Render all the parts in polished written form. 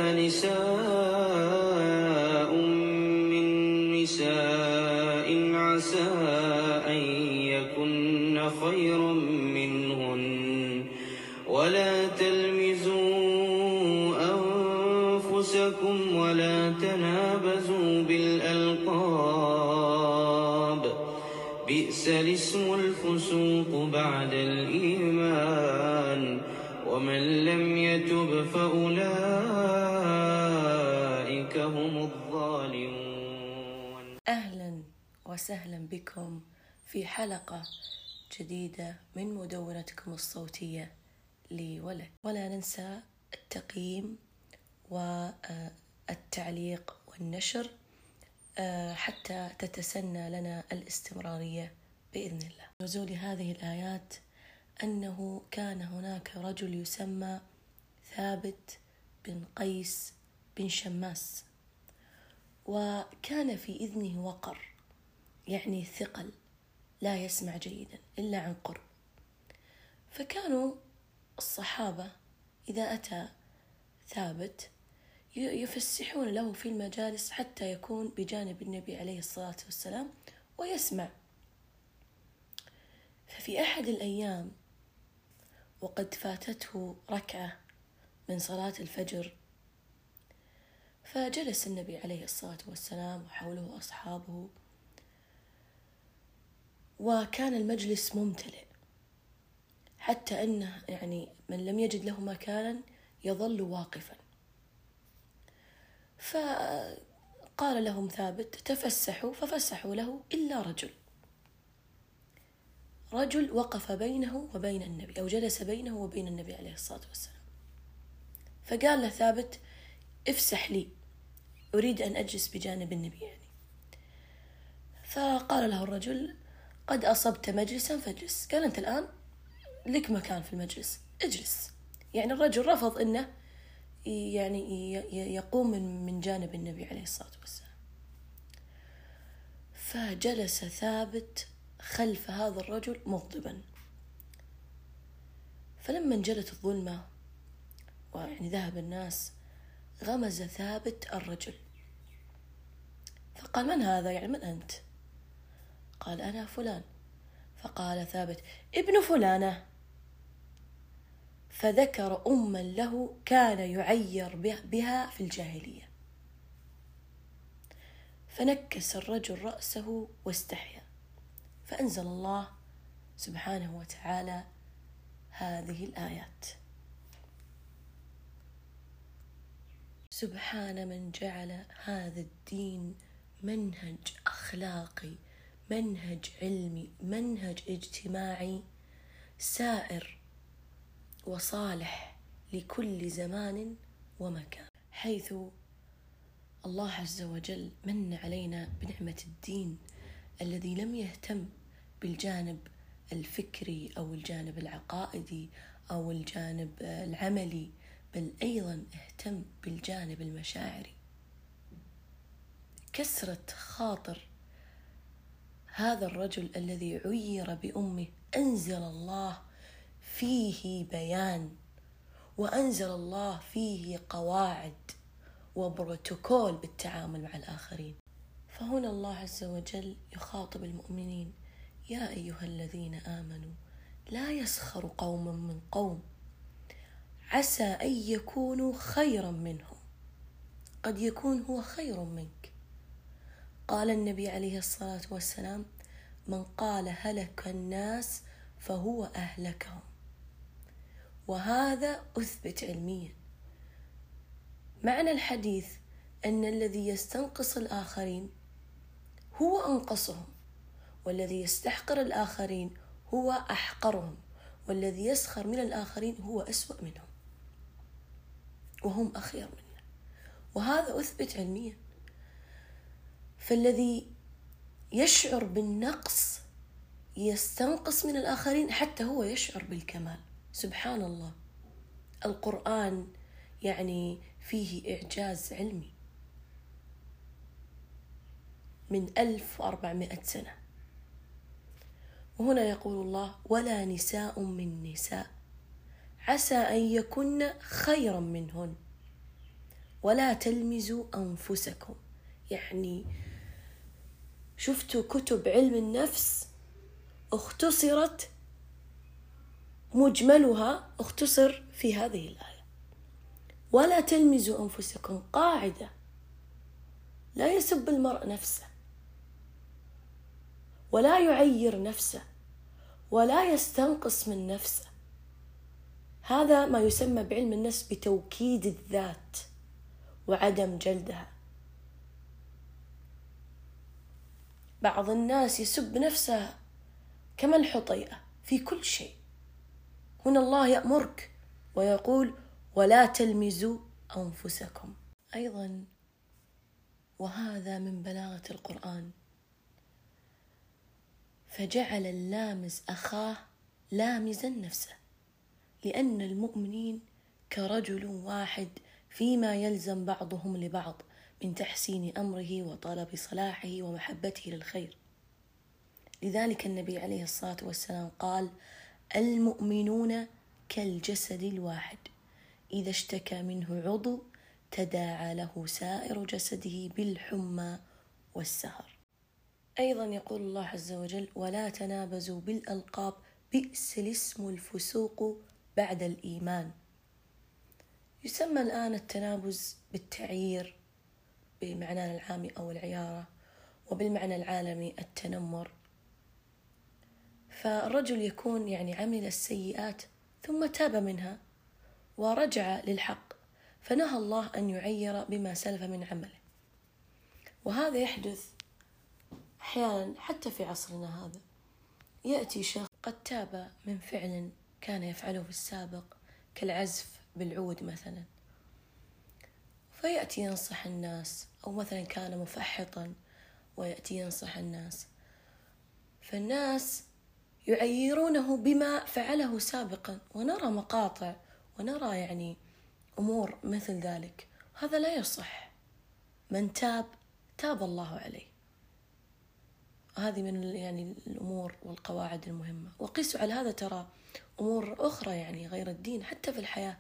نساء من نساء عسى أن يكن خيرا منهن ولا تلمزوا أنفسكم ولا تنابزوا بالألقاب بئس الاسم الفسوق بعد الإيمان ومن لم يتب فأولئك هم الظالمون. أهلا وسهلا بكم في حلقة جديدة من مدونتكم الصوتية لي ولك. ولا ننسى التقييم والتعليق والنشر حتى تتسنى لنا الاستمرارية بإذن الله. نزول هذه الآيات أنه كان هناك رجل يسمى ثابت بن قيس بن شماس، وكان في إذنه وقر، يعني ثقل، لا يسمع جيدا إلا عن قرب. فكانوا الصحابة إذا أتى ثابت يفسحون له في المجالس حتى يكون بجانب النبي عليه الصلاة والسلام ويسمع. ففي أحد الأيام وقد فاتته ركعة من صلاة الفجر، فجلس النبي عليه الصلاة والسلام وحوله أصحابه، وكان المجلس ممتلئ حتى أنه يعني من لم يجد له مكانا يظل واقفا. فقال لهم ثابت تفسحوا، ففسحوا له إلا رجل وقف بينه وبين النبي، أو جلس بينه وبين النبي عليه الصلاة والسلام. فقال له ثابت افسح لي، أريد أن أجلس بجانب النبي يعني. فقال له الرجل قد أصبت مجلسا فاجلس. قال أنت الآن لك مكان في المجلس، اجلس. يعني الرجل رفض أنه يعني يقوم من جانب النبي عليه الصلاة والسلام. فجلس ثابت خلف هذا الرجل مغضبا. فلما انجلت الظلمة ويعني ذهب الناس، غمز ثابت الرجل فقال من هذا؟ يعني من أنت؟ قال أنا فلان. فقال ثابت ابن فلانة. فذكر أما له كان يعير بها في الجاهلية. فنكس الرجل رأسه واستحيا، فأنزل الله سبحانه وتعالى هذه الآيات: سبحان من جعل هذا الدين منهج أخلاقي، منهج علمي، منهج اجتماعي سائر وصالح لكل زمان ومكان، حيث الله عز وجل من علينا بنعمة الدين الذي لم يهتم بالجانب الفكري أو الجانب العقائدي أو الجانب العملي، بل أيضا اهتم بالجانب المشاعري. كسرة خاطر هذا الرجل الذي عير بأمه أنزل الله فيه بيان، وأنزل الله فيه قواعد وبروتوكول بالتعامل مع الآخرين. فهنا الله عز وجل يخاطب المؤمنين: يا أيها الذين آمنوا لا يسخر قوم من قوم عسى أن يكونوا خيرا منهم، قد يكون هو خير منك. قال النبي عليه الصلاة والسلام: من قال هلك الناس فهو أهلكهم. وهذا أثبت علميا. معنى الحديث أن الذي يستنقص الآخرين هو أنقصهم، والذي يستحقر الآخرين هو أحقرهم، والذي يسخر من الآخرين هو أسوأ منهم وهم أخير منه. وهذا أثبت علميا. فالذي يشعر بالنقص يستنقص من الآخرين حتى هو يشعر بالكمال. سبحان الله، القرآن يعني فيه إعجاز علمي من 1400 سنة. وهنا يقول الله: ولا نساء من نساء عسى أن يكن خيرا منهن ولا تلمزوا أنفسكم. يعني شفتوا كتب علم النفس اختصرت، مجملها اختصر في هذه الآية: ولا تلمزوا أنفسكم. قاعدة: لا يسب المرء نفسه، ولا يعير نفسه، ولا يستنقص من نفسه. هذا ما يسمى بعلم النفس بتوكيد الذات وعدم جلدها. بعض الناس يسب نفسه كما الحطيئة في كل شيء. هنا الله يأمرك ويقول: ولا تلمزوا أنفسكم. أيضا وهذا من بلاغة القرآن، فجعل اللامز أخاه لامزا نفسه، لأن المؤمنين كرجل واحد فيما يلزم بعضهم لبعض من تحسين أمره وطلب صلاحه ومحبته للخير. لذلك النبي عليه الصلاة والسلام قال: المؤمنون كالجسد الواحد، إذا اشتكى منه عضو تداعى له سائر جسده بالحمى والسهر. أيضا يقول الله عز وجل: ولا تنابزوا بالألقاب، بئس الاسم الفسوق بعد الإيمان. يسمى الآن التنابز بالتعيير بمعنى العام أو العيارة، وبالمعنى العالمي التنمر. فالرجل يكون عمل السيئات ثم تاب منها ورجع للحق، فنهى الله أن يعير بما سلف من عمله. وهذا يحدث أحيانا حتى في عصرنا هذا. يأتي شخص قد تاب من فعل كان يفعله في السابق كالعزف بالعود مثلا، فيأتي ينصح الناس، أو مثلا كان مفحطا ويأتي ينصح الناس، فالناس يعيرونه بما فعله سابقا، ونرى مقاطع ونرى أمور مثل ذلك. هذا لا يصح. من تاب تاب الله عليه. هذه من الأمور والقواعد المهمة. وقيسوا على هذا ترى أمور أخرى غير الدين، حتى في الحياة.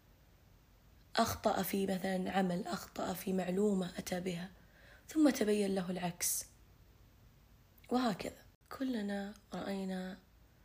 أخطأ في مثلا عمل، أخطأ في معلومة أتى بها ثم تبين له العكس، وهكذا. كلنا رأينا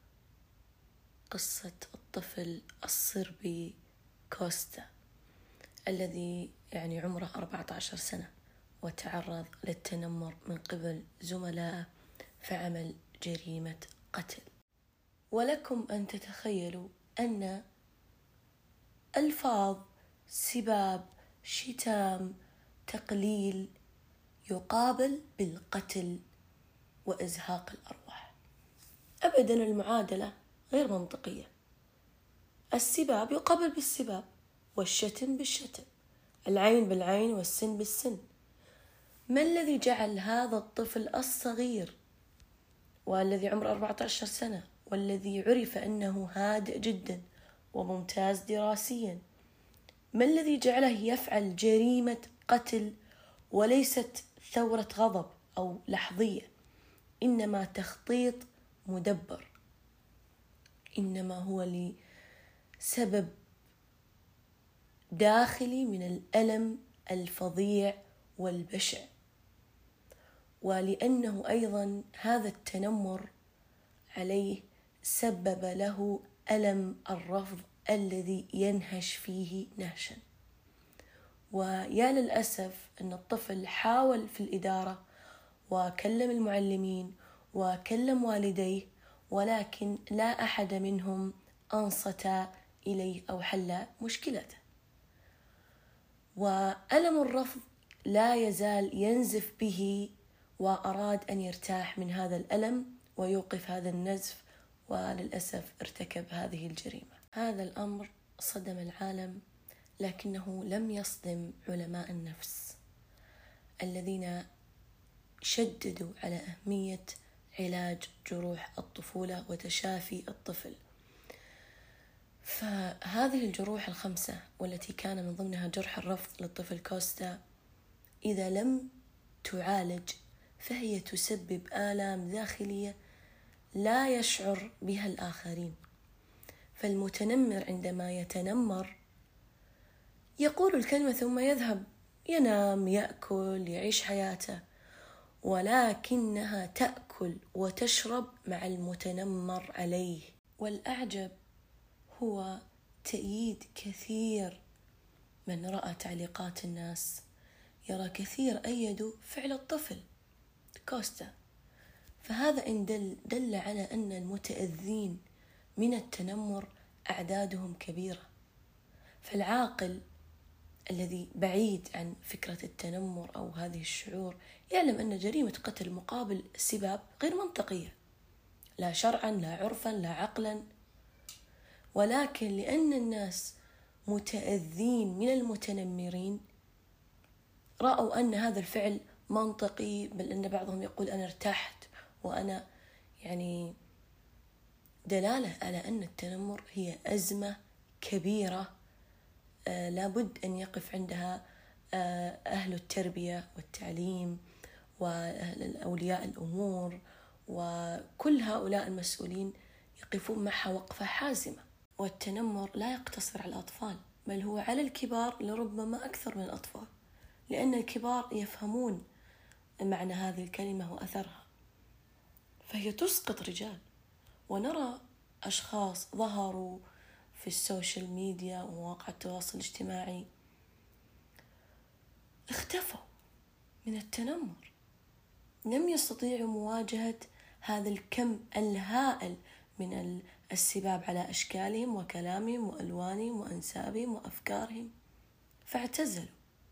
قصة الطفل الصربي كوستا الذي عمره 14 سنة وتعرض للتنمر من قبل زملائه فعمل جريمة قتل. ولكم أن تتخيلوا أن ألفاظ سباب، شتام، تقليل يقابل بالقتل وإزهاق الأرواح. أبدا المعادلة غير منطقية. السباب يقابل بالسباب، والشتم بالشتم، العين بالعين والسن بالسن. ما الذي جعل هذا الطفل الصغير والذي عمره 14 سنة والذي عرف أنه هادئ جدا وممتاز دراسيا، ما الذي جعله يفعل جريمة قتل وليست ثورة غضب أو لحظية، إنما تخطيط مدبر، إنما هو لسبب داخلي من الألم الفظيع والبشع. ولأنه أيضا هذا التنمر عليه سبب له ألم الرفض الذي ينهش فيه نهشا. ويا للأسف أن الطفل حاول في الإدارة وكلم المعلمين وكلم والديه، ولكن لا أحد منهم أنصت إليه أو حل مشكلته. وألم الرفض لا يزال ينزف به، وأراد أن يرتاح من هذا الألم ويوقف هذا النزف، وللأسف ارتكب هذه الجريمة. هذا الأمر صدم العالم، لكنه لم يصدم علماء النفس الذين شددوا على أهمية علاج جروح الطفولة وتشافي الطفل. فهذه الجروح الخمسة والتي كان من ضمنها جرح الرفض للطفل كوستا، إذا لم تعالج فهي تسبب آلام داخلية لا يشعر بها الآخرين. فالمتنمر عندما يتنمر يقول الكلمة ثم يذهب، ينام، يأكل، يعيش حياته، ولكنها تأكل وتشرب مع المتنمر عليه. والأعجب هو تأييد كثير من رأى تعليقات الناس، يرى كثير أيدوا فعل الطفل كوستا. فهذا إن دل على أن المتأذين من التنمر أعدادهم كبيرة. فالعاقل الذي بعيد عن فكرة التنمر أو هذه الشعور يعلم أن جريمة قتل مقابل السباب غير منطقية، لا شرعا لا عرفا لا عقلا، ولكن لأن الناس متأذين من المتنمرين رأوا أن هذا الفعل منطقي، بل أن بعضهم يقول أنا ارتحت وأنا دلالة على أن التنمر هي أزمة كبيرة لابد أن يقف عندها أهل التربية والتعليم وأولياء الأمور، وكل هؤلاء المسؤولين يقفون معها وقفة حازمة. والتنمر لا يقتصر على الأطفال، بل هو على الكبار لربما أكثر من الأطفال، لأن الكبار يفهمون معنى هذه الكلمة وأثرها، فهي تسقط رجال. ونرى أشخاص ظهروا في السوشيال ميديا ومواقع التواصل الاجتماعي اختفوا من التنمر، لم يستطيعوا مواجهة هذا الكم الهائل من السباب على أشكالهم وكلامهم وألوانهم وأنسابهم وأفكارهم، فاعتزلوا.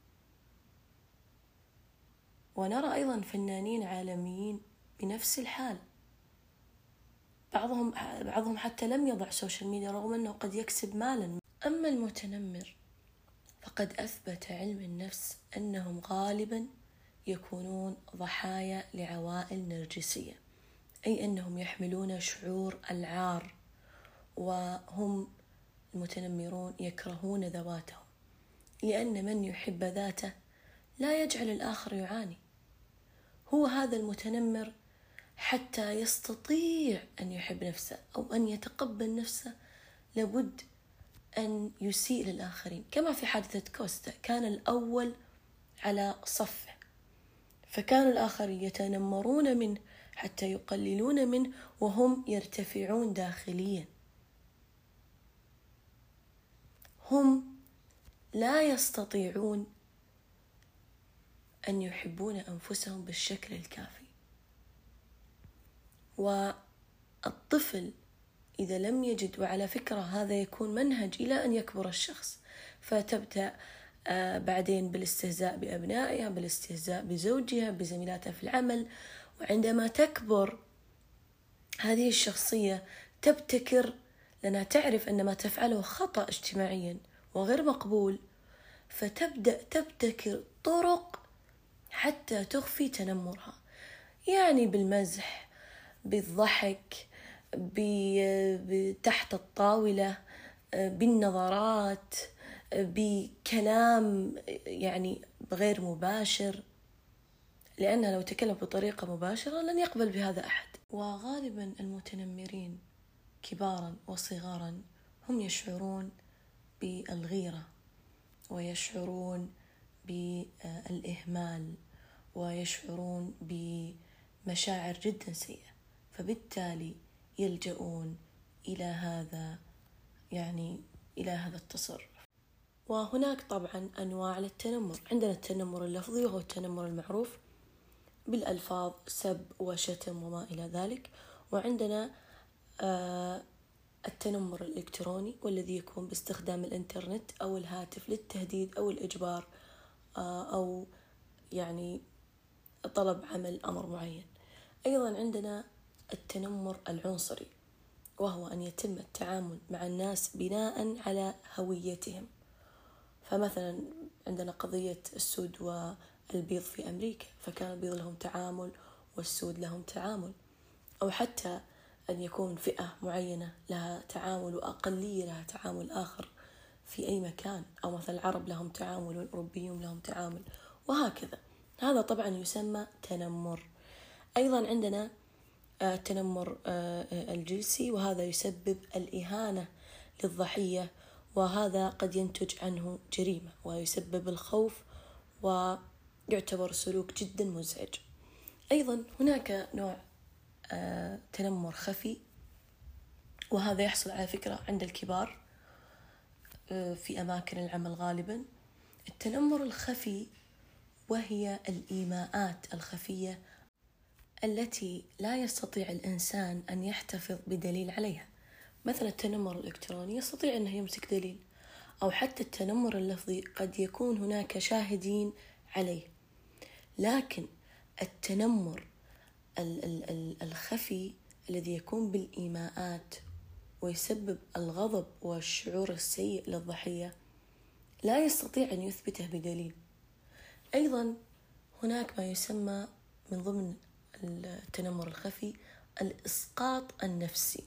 ونرى أيضا فنانين عالميين بنفس الحال، بعضهم حتى لم يضع سوشيال ميديا رغم أنه قد يكسب مالا. أما المتنمر فقد أثبت علم النفس أنهم غالبا يكونون ضحايا لعوائل نرجسية، أي أنهم يحملون شعور العار، وهم المتنمرون يكرهون ذواتهم، لأن من يحب ذاته لا يجعل الآخر يعاني. هو هذا المتنمر حتى يستطيع أن يحب نفسه أو أن يتقبل نفسه لابد أن يسيء للآخرين، كما في حادثة كوستا كان الأول على صفه، فكانوا الآخرين يتنمرون منه حتى يقللون منه وهم يرتفعون داخليا. هم لا يستطيعون أن يحبون أنفسهم بالشكل الكافي. والطفل إذا لم يجد، وعلى فكرة هذا يكون منهج إلى أن يكبر الشخص، فتبدأ بعدين بالاستهزاء بأبنائها، بالاستهزاء بزوجها، بزميلاتها في العمل، وعندما تكبر هذه الشخصية تبتكر، لأنها تعرف أن ما تفعله خطأ اجتماعيا وغير مقبول، فتبدأ تبتكر طرق حتى تخفي تنمرها، يعني بالمزح، بالضحك، تحت الطاولة، بالنظرات، بكلام يعني غير مباشر، لأنها لو تكلم بطريقة مباشرة لن يقبل بهذا أحد. وغالبا المتنمرين كبارا وصغارا هم يشعرون بالغيرة، ويشعرون بالإهمال، ويشعرون بمشاعر جدا سيئة، فبالتالي يلجؤون إلى هذا التصرف. وهناك طبعا أنواع للتنمر، عندنا التنمر اللفظي وهو التنمر المعروف بالألفاظ، سب وشتم وما إلى ذلك، وعندنا التنمر الإلكتروني والذي يكون باستخدام الإنترنت أو الهاتف للتهديد أو الإجبار أو طلب عمل أمر معين. أيضا عندنا التنمر العنصري، وهو أن يتم التعامل مع الناس بناء على هويتهم، فمثلا عندنا قضية السود والبيض في أمريكا، فكان البيض لهم تعامل والسود لهم تعامل، أو حتى أن يكون فئة معينة لها تعامل وأقلية لها تعامل آخر في أي مكان، أو مثلا العرب لهم تعامل والأوروبيون لهم تعامل، وهكذا. هذا طبعا يسمى تنمر. أيضا عندنا التنمر الجنسي، وهذا يسبب الإهانة للضحية وهذا قد ينتج عنه جريمة ويسبب الخوف ويعتبر سلوك جدا مزعج. أيضا هناك نوع تنمر خفي، وهذا يحصل على فكرة عند الكبار في أماكن العمل غالبا. التنمر الخفي وهي الإيماءات الخفية التي لا يستطيع الإنسان أن يحتفظ بدليل عليها، مثل التنمر الإلكتروني يستطيع أنه يمسك دليل، أو حتى التنمر اللفظي قد يكون هناك شاهدين عليه. لكن التنمر الخفي الذي يكون بالإيماءات ويسبب الغضب والشعور السيء للضحية لا يستطيع أن يثبته بدليل. أيضا هناك ما يسمى من ضمن التنمر الخفي الإسقاط النفسي،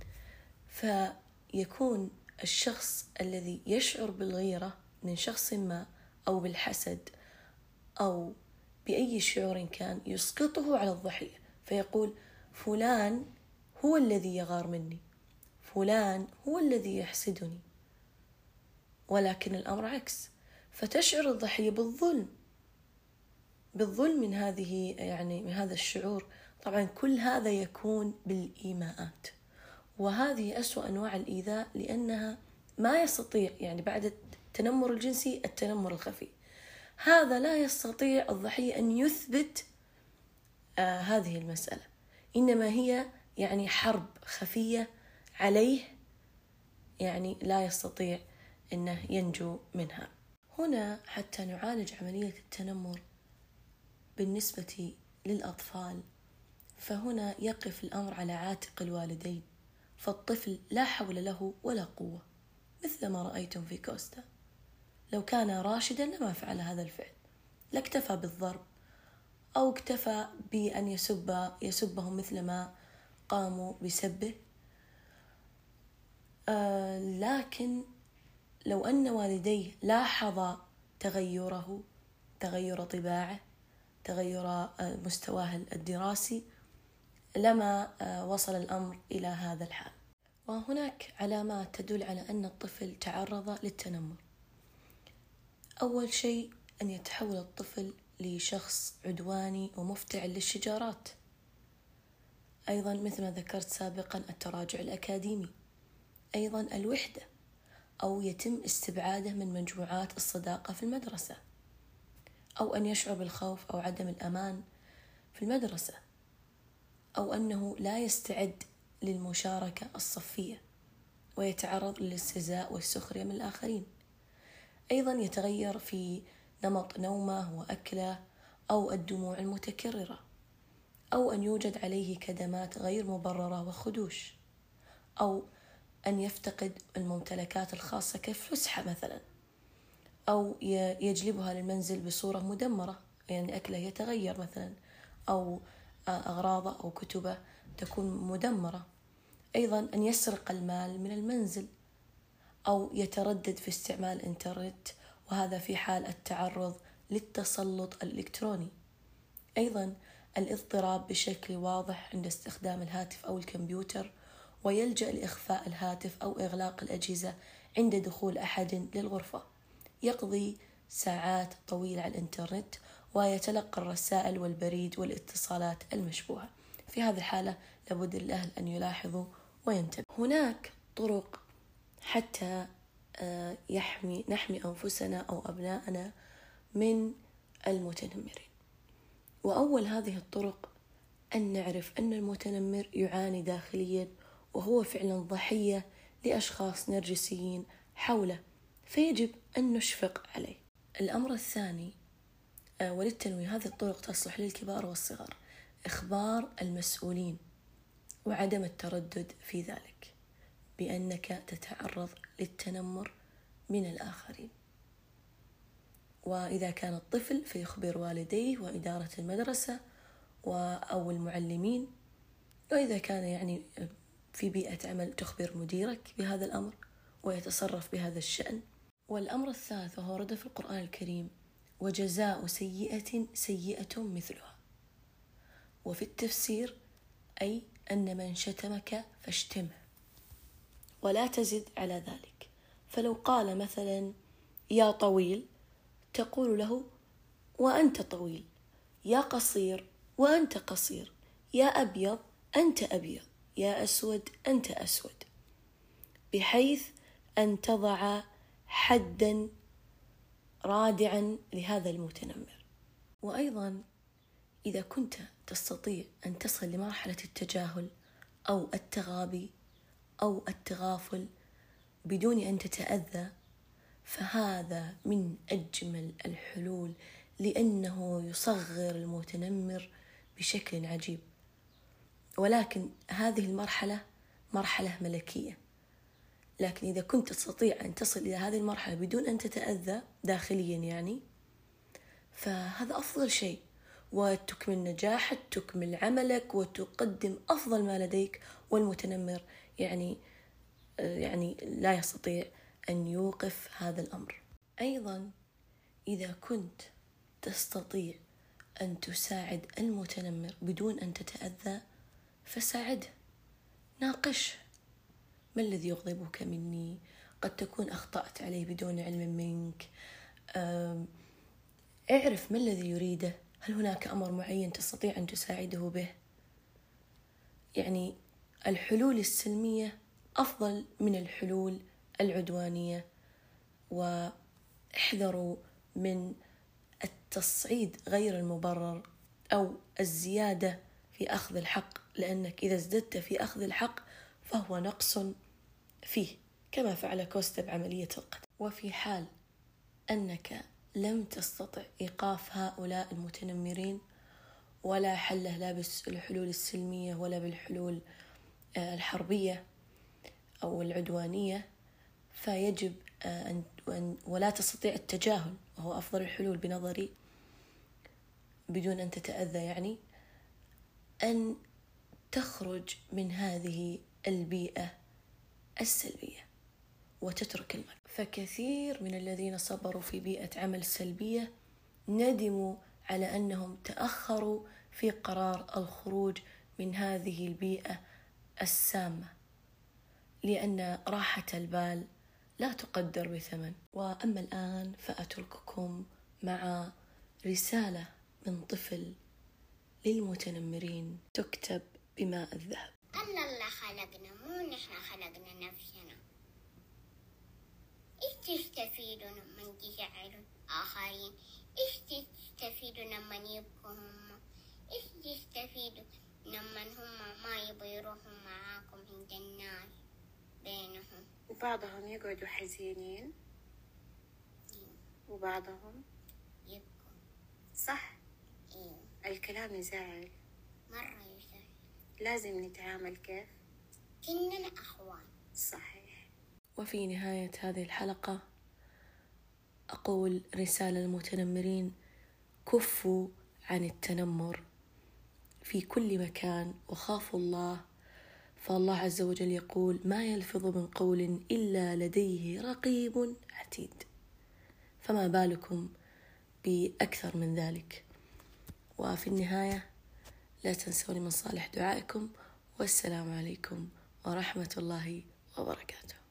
فيكون الشخص الذي يشعر بالغيرة من شخص ما أو بالحسد أو بأي شعور كان يسقطه على الضحية، فيقول فلان هو الذي يغار مني، فلان هو الذي يحسدني، ولكن الأمر عكس. فتشعر الضحية بالظلم من من هذا الشعور. طبعا كل هذا يكون بالإيماءات، وهذه أسوأ أنواع الإيذاء، لأنها ما يستطيع بعد التنمر الجنسي التنمر الخفي، هذا لا يستطيع الضحية أن يثبت هذه المسألة، إنما هي حرب خفية عليه، لا يستطيع أنه ينجو منها. هنا حتى نعالج عملية التنمر بالنسبة للأطفال، فهنا يقف الأمر على عاتق الوالدين، فالطفل لا حول له ولا قوة، مثل ما رأيتم في كوستا. لو كان راشدا لما فعل هذا الفعل، لاكتفى بالضرب أو اكتفى بأن يسبهم مثل ما قاموا بسبه. لكن لو أن والديه لاحظ تغيره، تغير طباعه، تغير مستواه الدراسي، لما وصل الأمر إلى هذا الحال. وهناك علامات تدل على أن الطفل تعرض للتنمر. أول شيء أن يتحول الطفل لشخص عدواني ومفتعل للشجارات. أيضا مثل ما ذكرت سابقا التراجع الأكاديمي، أيضا الوحدة، أو يتم استبعاده من مجموعات الصداقة في المدرسة، أو أن يشعر بالخوف أو عدم الأمان في المدرسة، أو أنه لا يستعد للمشاركة الصفية ويتعرض للاستهزاء والسخرية من الآخرين. أيضا يتغير في نمط نومه وأكله أو الدموع المتكررة، أو أن يوجد عليه كدمات غير مبررة وخدوش، أو أن يفتقد الممتلكات الخاصة كالفسحة مثلا، أو يجلبها للمنزل بصورة مدمرة، أكله يتغير مثلا، أو أغراضه أو كتبه تكون مدمرة. أيضا أن يسرق المال من المنزل، أو يتردد في استعمال الإنترنت، وهذا في حال التعرض للتسلط الإلكتروني. أيضا الاضطراب بشكل واضح عند استخدام الهاتف أو الكمبيوتر، ويلجأ لإخفاء الهاتف أو إغلاق الأجهزة عند دخول أحد للغرفة. يقضي ساعات طويلة على الإنترنت ويتلقى الرسائل والبريد والاتصالات المشبوهة. في هذه الحالة لابد للأهل أن يلاحظوا وينتبهوا. هناك طرق حتى نحمي أنفسنا أو أبناءنا من المتنمرين. وأول هذه الطرق أن نعرف أن المتنمر يعاني داخليا، وهو فعلا ضحية لأشخاص نرجسيين حوله، فيجب أن نشفق عليه. الأمر الثاني وللتنويه، هذه الطرق تصلح للكبار والصغار، إخبار المسؤولين وعدم التردد في ذلك بأنك تتعرض للتنمر من الآخرين. وإذا كان الطفل فيخبر والديه وإدارة المدرسة أو المعلمين، وإذا كان في بيئة عمل تخبر مديرك بهذا الأمر ويتصرف بهذا الشأن. والأمر الثالث وهو ورد في القرآن الكريم: وجزاء سيئة سيئة مثلها. وفي التفسير أي أن من شتمك فاشتمه ولا تزد على ذلك، فلو قال مثلا يا طويل تقول له وأنت طويل، يا قصير وأنت قصير، يا أبيض أنت أبيض، يا أسود أنت أسود، بحيث أن تضع حدا رادعا لهذا المتنمر. وأيضا إذا كنت تستطيع أن تصل لمرحلة التجاهل أو التغابي أو التغافل بدون أن تتأذى، فهذا من أجمل الحلول، لأنه يصغر المتنمر بشكل عجيب. ولكن هذه المرحلة مرحلة ملكية، لكن إذا كنت تستطيع أن تصل إلى هذه المرحلة بدون أن تتأذى داخليا يعني، فهذا أفضل شيء، وتكمل نجاحك، تكمل عملك، وتقدم أفضل ما لديك، والمتنمر يعني لا يستطيع أن يوقف هذا الأمر. أيضا إذا كنت تستطيع أن تساعد المتنمر بدون أن تتأذى فساعده، ناقشه، ما الذي يغضبك مني؟ قد تكون أخطأت عليه بدون علم منك، اعرف ما الذي يريده، هل هناك أمر معين تستطيع أن تساعده به؟ يعني الحلول السلمية أفضل من الحلول العدوانية، واحذروا من التصعيد غير المبرر أو الزيادة في أخذ الحق، لأنك إذا ازددت في أخذ الحق فهو نقص فيه، كما فعل كوستا بعملية القتل. وفي حال أنك لم تستطع إيقاف هؤلاء المتنمرين ولا حله لا بالحلول السلمية ولا بالحلول الحربية أو العدوانية، فيجب ولا تستطيع التجاهل، وهو أفضل الحلول بنظري بدون أن تتأذى، يعني أن تخرج من هذه البيئة السلبية وتترك المكان. فكثير من الذين صبروا في بيئة عمل سلبية ندموا على أنهم تأخروا في قرار الخروج من هذه البيئة السامة، لأن راحة البال لا تقدر بثمن. وأما الآن فأترككم مع رسالة من طفل للمتنمرين تكتب بماء الذهب. أن الله خلقنا، مو نحن خلقنا نفسنا. إيش تستفيدوا من تزعلوا الآخرين؟ إيش تستفيدوا لما يبكوا هم؟ إيش تستفيدوا لما هم ما يبغوا يروحوا معاكم عند الناس بينهم؟ وبعضهم يقعدوا حزينين وبعضهم يبكوا. صح؟ إيه. الكلام يزعل، مرة يزعل. لازم نتعامل كيف؟ كننا أخوان. صحيح. وفي نهاية هذه الحلقة أقول رسالة للمتنمرين: كفوا عن التنمر في كل مكان وخافوا الله، فالله عز وجل يقول: ما يلفظ من قول إلا لديه رقيب عتيد. فما بالكم بأكثر من ذلك. وفي النهاية لا تنسوني من صالح دعائكم، والسلام عليكم ورحمة الله وبركاته.